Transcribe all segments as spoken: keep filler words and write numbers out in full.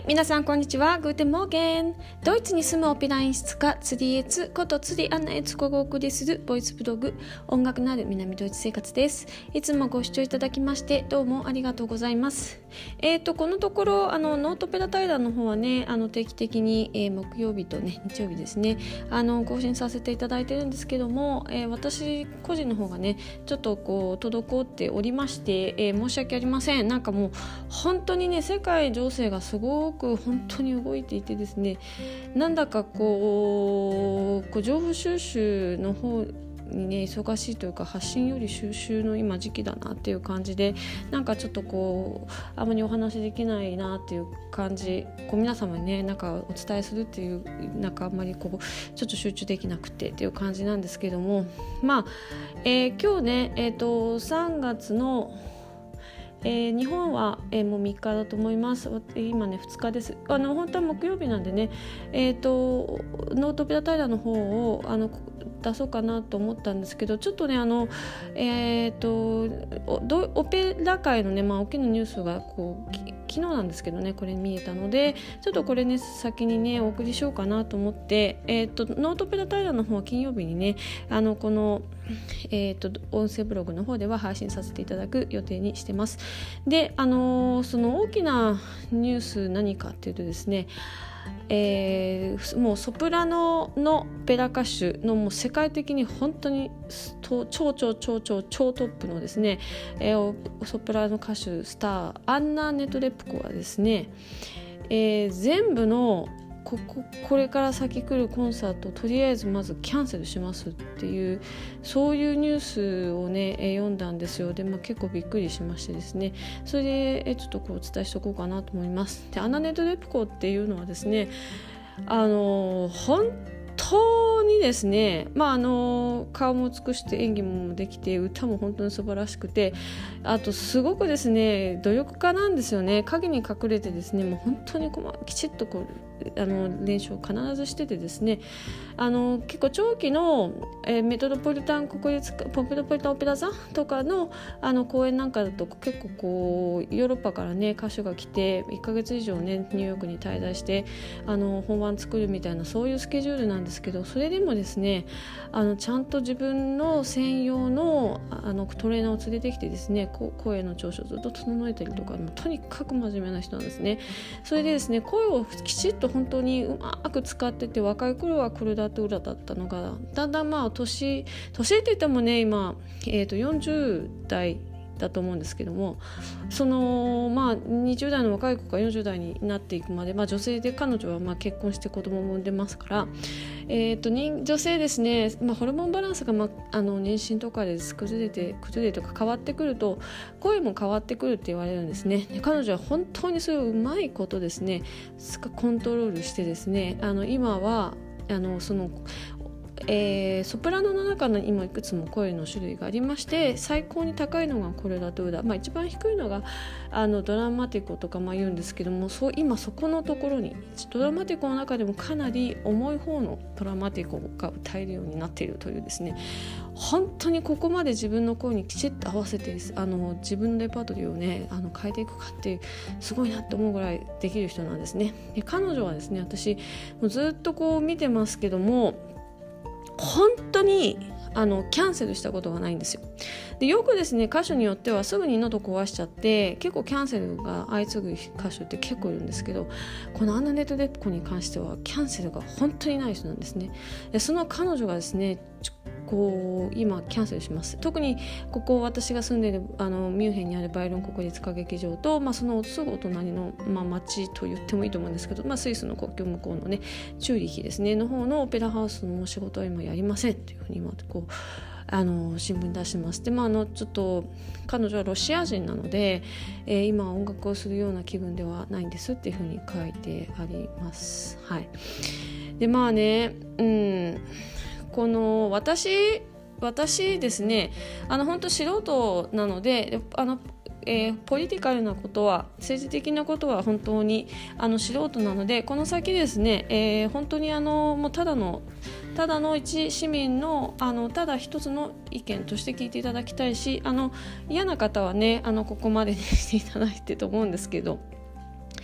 皆さんこんにちは。グーテンモーゲン。ドイツに住むオペラ演出家ツリエツことツリアンナエツコがお送りするボイスブログ音楽のある南ドイツ生活です。いつもご視聴いただきましてどうもありがとうございます。えーとこのところあのノートペラ対談の方はねあの定期的に、えー、木曜日とね日曜日ですねあの更新させていただいてるんですけども、えー、私個人の方がねちょっとこう滞っておりまして、えー、申し訳ありません。なんかもう本当にね世界情勢がすごく本当に動いていてですね、なんだかこう、こう情報収集の方にね忙しいというか発信より収集の今時期だなっていう感じで、なんかちょっとこうあまりお話できないなっていう感じ、こう皆様にねなんかお伝えするっていうなんかあんまりこうちょっと集中できなくてっていう感じなんですけども、まあ、えー、今日ねえっとさんがつのえー、日本は、えー、もうみっかだと思います。今ねふつかです。あの本当は木曜日なんでね、えーと、ノートペラ対談の方をあの出そうかなと思ったんですけど、ちょっとねあの、えーと、オペラ界のね、まあ、大きなニュースがこう昨日なんですけどねこれ見えたので、ちょっとこれね先にねお送りしようかなと思って、えーと、ノートペラ対談の方は金曜日にねあのこのえーと、音声ブログの方では配信させていただく予定にしてます。で、あのー、その大きなニュース何かっていうとですね、えー、もうソプラノのオペラ歌手のもう世界的に本当に超超超超超超トップのですね、えー、ソプラノ歌手スターアンナ・ネトレプコはですね、えー、全部のこ, こ, これから先来るコンサートをとりあえずまずキャンセルしますっていうそういうニュースをねえ読んだんですよ。で、まあ、結構びっくりしましてですね、それでえちょっとこうお伝えしておこうかなと思います。で、アンナ・ネトレプコっていうのはですねあの本当にですね、まあ、あの顔も美しくて演技もできて歌も本当に素晴らしくて、あとすごくですね努力家なんですよね。影に隠れてですねもう本当にこうきちっとこうあの練習を必ずしててですね、あの結構長期の、えー、メトロポリタン国立ポメトロポリタンオペラ座とか の, あの公演なんかだと結構こうヨーロッパからね歌手が来ていっかげつ以上ねニューヨークに滞在してあの本番作るみたいなそういうスケジュールなんですけど、それでもですねあのちゃんと自分の専用 の, あのトレーナーを連れてきてですね声の調子をずっと整えたりとか、もうとにかく真面目な人なんですね。それでですね声をきちっと本当にうまく使ってて、若い頃はクルダトゥーラだったのがだんだんまあ年年って言ってもね今、えー、とよんじゅう代だと思うんですけども、そのまあにじゅう代の若い子がよんじゅう代になっていくまで、まあ、女性で彼女はまあ結婚して子供も産んでますから、えー、と女性ですね、まあ、ホルモンバランスが、まあ、あの妊娠とかで崩れて崩れてとか変わってくると声も変わってくるって言われるんですね。で彼女は本当にそれをうまいことですねコントロールしてですね、あの今はあのそのえー、ソプラノの中の今いくつも声の種類がありまして、最高に高いのがコルダトゥーラ、まあ、一番低いのがあのドラマティコとかまあ言うんですけども、そう今そこのところにドラマティコの中でもかなり重い方のドラマティコが歌えるようになっているというですね、本当にここまで自分の声にきちっと合わせてあの自分のレパートリーをねあの変えていくかっていうすごいなって思うぐらいできる人なんですね。で彼女はですね私もうずっとこう見てますけども本当にあのキャンセルしたことがないんですよ。でよくですね歌手によってはすぐに喉壊しちゃって結構キャンセルが相次ぐ歌手って結構いるんですけど、このアンナ・ネトレプコに関してはキャンセルが本当にない人なんですね。でその彼女がですねこう今キャンセルします。特にここ私が住んでいるあのミュンヘンにあるバイロン国立歌劇場と、まあ、そのすぐお隣の、まあ、町と言ってもいいと思うんですけど、まあ、スイスの国境向こうのねチューリヒですねの方のオペラハウスの仕事は今やりませんというふうに今こうあの新聞に出してます。で、まあ、あのちょっと彼女はロシア人なので、えー、今音楽をするような気分ではないんですっていうふうに書いてあります。はい。でまあねうんこの私私ですねあの本当素人なのであの、えー、ポリティカルなことは政治的なことは本当にあの素人なので、この先ですね、えー、本当にあのもうただのただの一市民 の, あのただ一つの意見として聞いていただきたいし、あの嫌な方はねあのここまでにしていただいてと思うんですけど、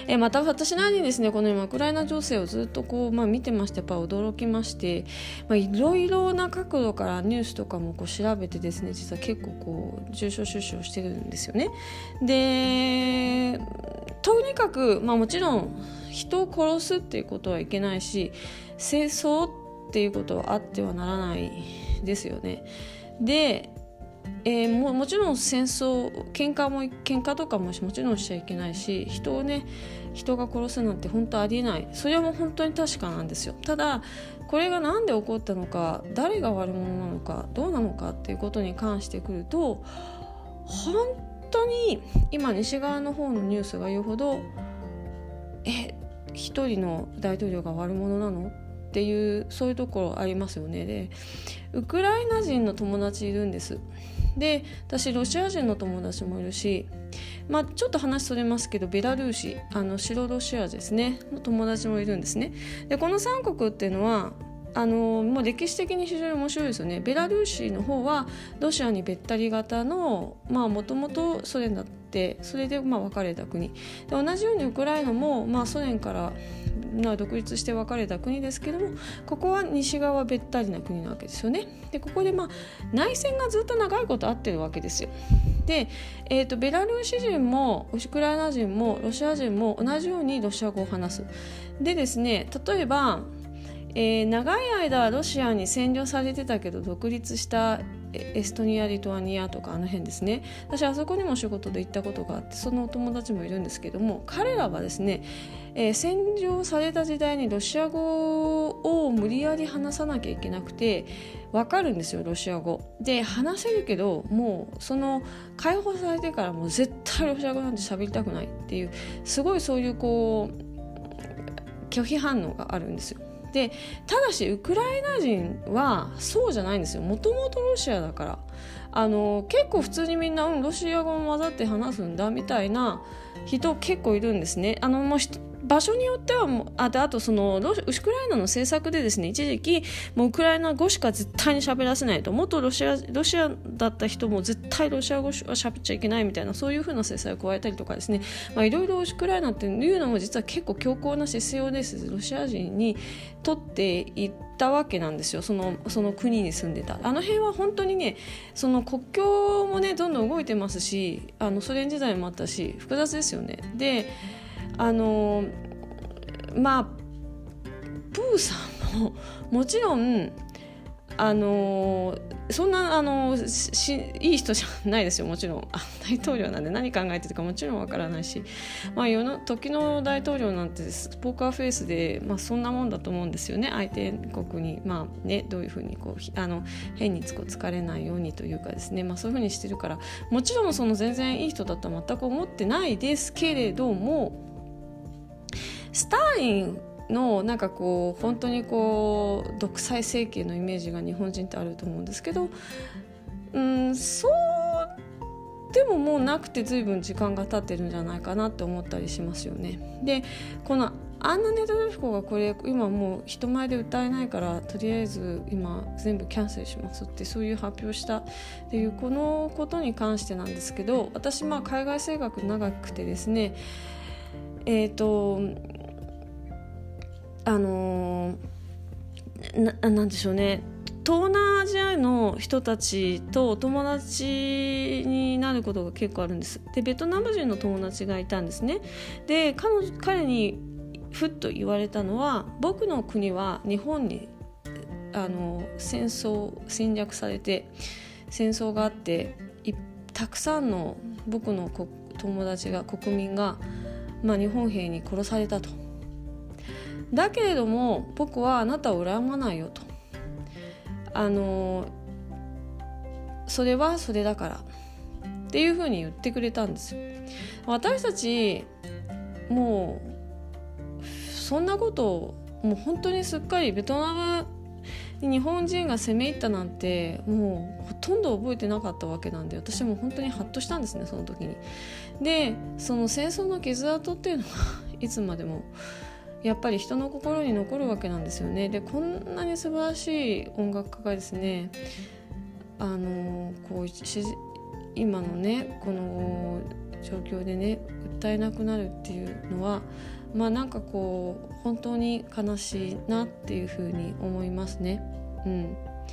えまた私なりにですねこの今ウクライナ情勢をずっとこう、まあ、見てましてやっぱ驚きまして、まあ、いろいろな角度からニュースとかもこう調べてですね実は結構こう重症収集をしてるんですよね。でとにかく、まあ、もちろん人を殺すっていうことはいけないし戦争っていうことはあってはならないですよね。でえー、も, もちろん戦争喧嘩も喧嘩とかももちろんしちゃいけないし人をね人が殺すなんて本当ありえない。それはもう本当に確かなんですよ。ただこれがなんで起こったのか誰が悪者なのかどうなのかっていうことに関してくると本当に今西側の方のニュースが言うほどえ一人の大統領が悪者なのっていうそういうところありますよね。でウクライナ人の友達いるんです。で私ロシア人の友達もいるし、まあ、ちょっと話それますけどベラルーシあの白ロシアですねの友達もいるんですね。でこのさんこくっていうのはあのもう歴史的に非常に面白いですよね。ベラルーシの方はロシアにべったり型のもともとソ連だってそれでまあ分かれた国で同じようにウクライナもまあソ連から独立して分かれた国ですけどもここは西側べったりな国なわけですよね。でここでまあ内戦がずっと長いことあってるわけですよ。で、えーと、ベラルーシ人もウクライナ人もロシア人も同じようにロシア語を話す。でですね例えばえー、長い間ロシアに占領されてたけど独立したエストニア、リトアニアとかあの辺ですね。私あそこにも仕事で行ったことがあってそのお友達もいるんですけども彼らはですね、えー、占領された時代にロシア語を無理やり話さなきゃいけなくて分かるんですよロシア語で話せるけどもうその解放されてからもう絶対ロシア語なんて喋りたくないっていうすごいそういうこう拒否反応があるんですよ。でただしウクライナ人はそうじゃないんですよ。もともとロシアだからあの結構普通にみんな、うん、ロシア語も混ざって話すんだみたいな人結構いるんですね。あのもう場所によってはもう あ, であとそのロウクライナの政策でですね一時期もうウクライナ語しか絶対に喋らせないと元ロシアロシアだった人も絶対ロシア語は喋っちゃいけないみたいなそういう風な制裁を加えたりとかですねいろいろウクライナっていうのも実は結構強硬な姿勢をですロシア人に取っていったわけなんですよ。その、その国に住んでたあの辺は本当にねその国境もねどんどん動いてますしあのソ連時代もあったし複雑ですよね。であのまあプーさんももちろんあのそんなあのしいい人じゃないですよ。もちろん大統領なんで何考えてるかもちろんわからないし、まあ、世の時の大統領なんてポーカーフェイスで、まあ、そんなもんだと思うんですよね。相手国に、まあね、どういうふうにこうあの変に疲れないようにというかですね、まあ、そういうふうにしてるからもちろんその全然いい人だとは全く思ってないですけれどもスターリンのなんかこう本当にこう独裁政権のイメージが日本人ってあると思うんですけど、うん、そうでももうなくて随分時間が経ってるんじゃないかなって思ったりしますよね。でこのアンナ・ネトルフコがこれ今もう人前で歌えないからとりあえず今全部キャンセルしますってそういう発表したっていうこのことに関してなんですけど私まあ海外生活長くてですねえーとあのー、な, なんでしょうね東南アジアの人たちとお友達になることが結構あるんです。でベトナム人の友達がいたんですね。で 彼, 彼にふっと言われたのは僕の国は日本にあの戦争侵略されて戦争があってたくさんの僕の友達が国民が、まあ、日本兵に殺されたと。だけれども僕はあなたを恨まないよとあのそれはそれだからっていうふうに言ってくれたんですよ。私たちもうそんなことをもう本当にすっかりベトナムに日本人が攻め入ったなんてもうほとんど覚えてなかったわけなんで私も本当にハッとしたんですねその時に。でその戦争の傷跡っていうのがいつまでもやっぱり人の心に残るわけなんですよね。でこんなに素晴らしい音楽家がですねあのこう今のねこの状況でね訴えなくなるっていうのはまあなんかこう本当に悲しいなっていうふうに思いますね。うん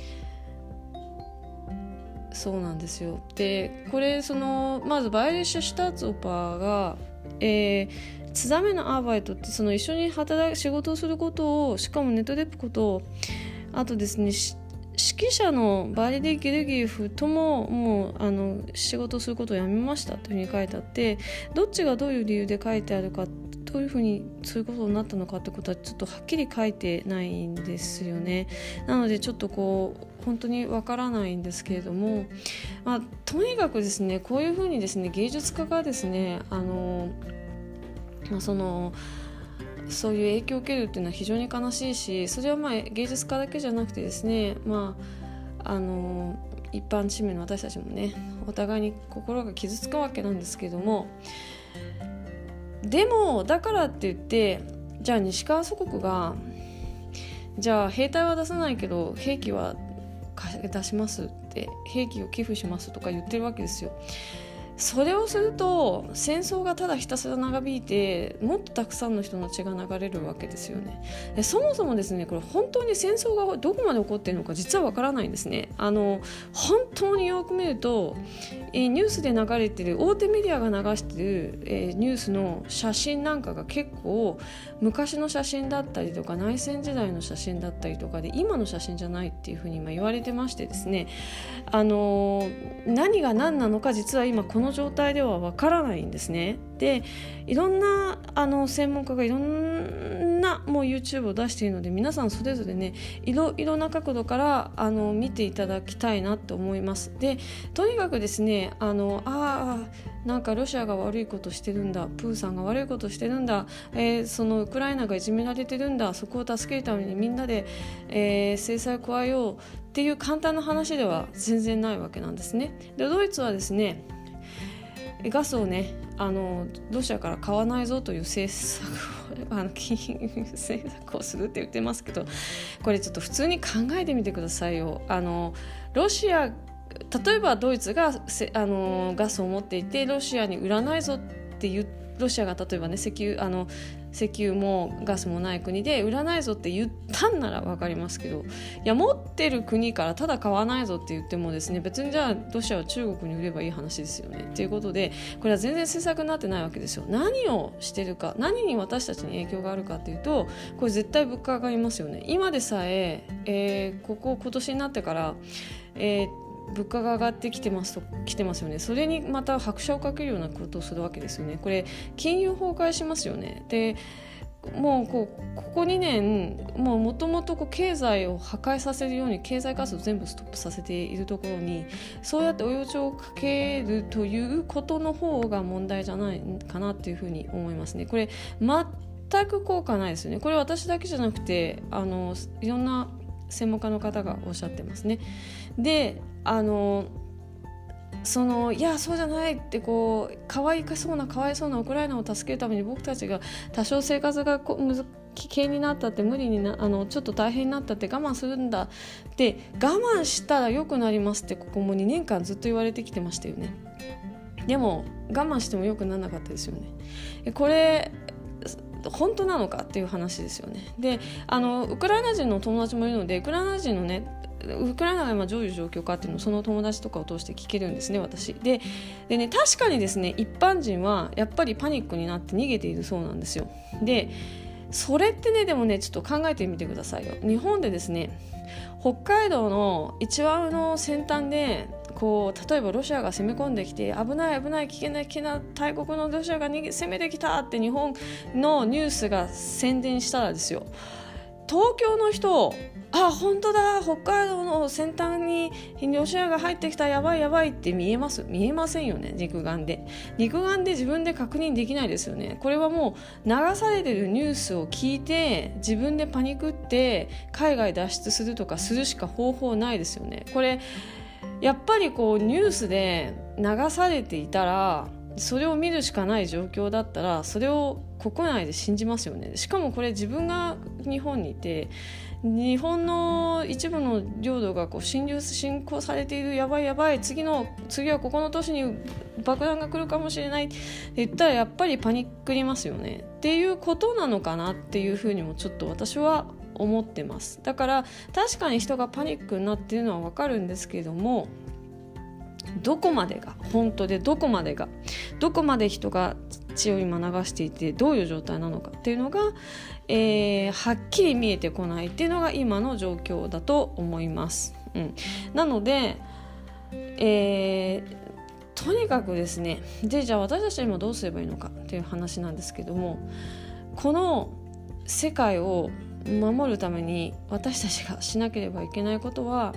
そうなんですよ。でこれそのまずバイエルシュ・シュターツオパーが、えー、ツザメのアーバイトってその一緒に働く仕事をすることをしかもネットデプことをあとですね指揮者のバリデ・ゲルギエフとももうあの仕事をすることをやめましたというふうに書いてあってどっちがどういう理由で書いてあるかどういうふうにそういうことになったのかってことはちょっとはっきり書いてないんですよね。なのでちょっとこう本当にわからないんですけれども、まあ、とにかくですねこういうふうにですね芸術家がですねあの、まあ、そのそういう影響を受けるっていうのは非常に悲しいしそれはまあ芸術家だけじゃなくてですね、まあ、あの一般市民の私たちもねお互いに心が傷つくわけなんですけどもでもだからって言ってじゃあ西側諸国がじゃあ兵隊は出さないけど兵器は出しますって兵器を寄付しますとか言ってるわけですよ。それをすると戦争がただひたすら長引いてもっとたくさんの人の血が流れるわけですよね。でそもそもですねこれ本当に戦争がどこまで起こっているのか実はわからないんですね。あの本当によく見ると、えー、ニュースで流れている大手メディアが流している、えー、ニュースの写真なんかが結構昔の写真だったりとか内戦時代の写真だったりとかで今の写真じゃないっていうふうに今言われてましてですねあのー、何が何なのか実は今この状態ではわからないんですね。でいろんなあの専門家がいろんなもう YouTube を出しているので皆さんそれぞれねいろいろな角度からあの見ていただきたいなと思います。でとにかくですねあのあなんかロシアが悪いことしてるんだプーさんが悪いことしてるんだ、えー、そのウクライナがいじめられてるんだそこを助けるためにみんなで、えー、制裁を加えようっていう簡単な話では全然ないわけなんですね。でドイツはですねガスをねあのロシアから買わないぞという政策をあの政策をするって言ってますけどこれちょっと普通に考えてみてくださいよ。あのロシア例えばドイツがあのガスを持っていてロシアに売らないぞって言ってロシアが例えばね石油あの石油もガスもない国で売らないぞって言ったんなら分かりますけどいや持ってる国からただ買わないぞって言ってもですね別にじゃあロシアは中国に売ればいい話ですよねっていうことでこれは全然政策になってないわけですよ。何をしてるか何に私たちに影響があるかっていうとこれ絶対物価上がりますよね。今でさええー、ここ今年になってから、えー物価が上がってきてますと来てますよね。それにまた拍車をかけるようなことをするわけですよね。これ金融崩壊しますよね。でもうこうここにねんもともと経済を破壊させるように経済活動を全部ストップさせているところにそうやって追い打ちをかけるということの方が問題じゃないかなっていうふうに思いますね。これ全く効果ないですよね。これ私だけじゃなくてあのいろんな専門家の方がおっしゃってますね。であのそのいやそうじゃないってこうかわいそうなかわいそうなウクライナを助けるために僕たちが多少生活がこう危険になったって無理になあのちょっと大変になったって我慢するんだって我慢したら良くなりますってここもにねんかんずっと言われてきてましたよね。でも我慢しても良くならなかったですよね。これ本当なのかっていう話ですよね。であのウクライナ人の友達もいるのでウクライナ人のねウクライナが今どういう状況かっていうのをその友達とかを通して聞けるんですね私 で, でね確かにですね一般人はやっぱりパニックになって逃げているそうなんですよ。でそれってねでもねちょっと考えてみてくださいよ。日本でですね北海道の一番の先端でこう例えばロシアが攻め込んできて危ない危ない危険な危険な大国のロシアが逃げ攻めてきたって日本のニュースが宣伝したらですよ東京の人あ本当だ北海道の先端にロシアが入ってきたやばいやばいって見えます見えませんよね。肉眼で肉眼で自分で確認できないですよね。これはもう流されてるニュースを聞いて自分でパニクって海外脱出するとかするしか方法ないですよね。これやっぱりこうニュースで流されていたらそれを見るしかない状況だったらそれを国内で信じますよね。しかもこれ自分が日本にいて日本の一部の領土がこう侵入侵攻されている、やばいやばい、次の次はここの都市に爆弾が来るかもしれないって言ったらやっぱりパニックりますよねっていうことなのかなっていうふうにもちょっと私は思ってます。だから確かに人がパニックになっているのはわかるんですけれども、どこまでが本当でどこまでがどこまで人が血を今流していてどういう状態なのかっていうのが、えー、はっきり見えてこないっていうのが今の状況だと思います、うん、なので、えー、とにかくですね、でじゃあ私たちは今どうすればいいのかっていう話なんですけども、この世界を守るために私たちがしなければいけないことは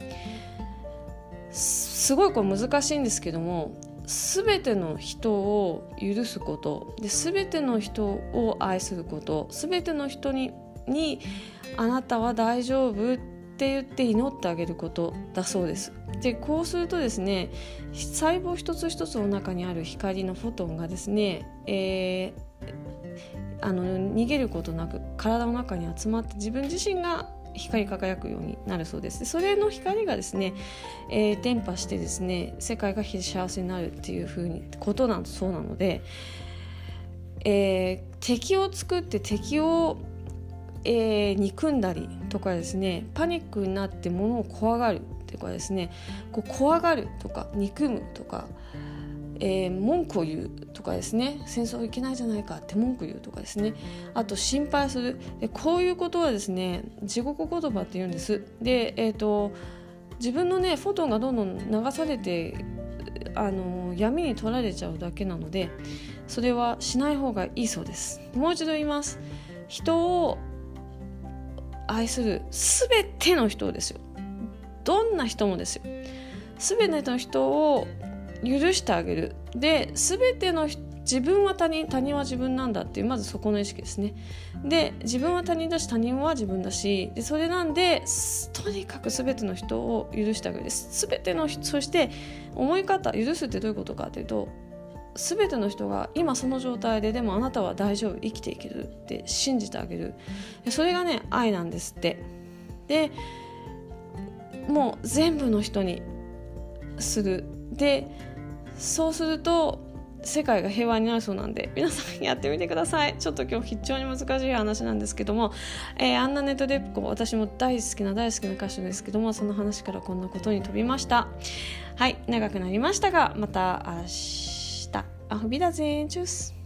すごいこう難しいんですけども、全ての人を許すことで、全ての人を愛すること、全ての人に、にあなたは大丈夫って言って祈ってあげることだそうです。でこうするとですね、細胞一つ一つの中にある光のフォトンがですね、えー、あの逃げることなく体の中に集まって自分自身が光り輝くようになるそうです。でそれの光がですね、えー、伝播してですね、世界が幸せになるっていう風にことなんそうなので、えー、敵を作って敵を、えー、憎んだりとかですね、パニックになって物を怖がるとかですね、こう怖がるとか憎むとか、えー、文句を言うとかですね、戦争いけないじゃないかって文句言うとかですね、あと心配する、でこういうことはですね地獄言葉って言うんです。で、えーと、自分のねフォトンがどんどん流されてあの闇に取られちゃうだけなので、それはしない方がいいそうです。もう一度言います。人を愛するすべての人ですよ。どんな人もですよ。すべての人を許してあげる。で、全ての自分は他人、他人は自分なんだっていう、まずそこの意識ですね。で、自分は他人だし他人は自分だし、でそれなんでとにかく全ての人を許してあげるです。全ての人、そして思い方、許すってどういうことかというと、全ての人が今その状態ででもあなたは大丈夫、生きていけるって信じてあげる。それがね愛なんですって。で、もう全部の人にする。でそうすると世界が平和になるそうなんで、皆さんやってみてください。ちょっと今日非常に難しい話なんですけども、えー、アンナネット・デプコ、私も大好きな大好きな歌手ですけども、その話からこんなことに飛びました。はい、長くなりましたが、また明日。アフビダゼンチュース。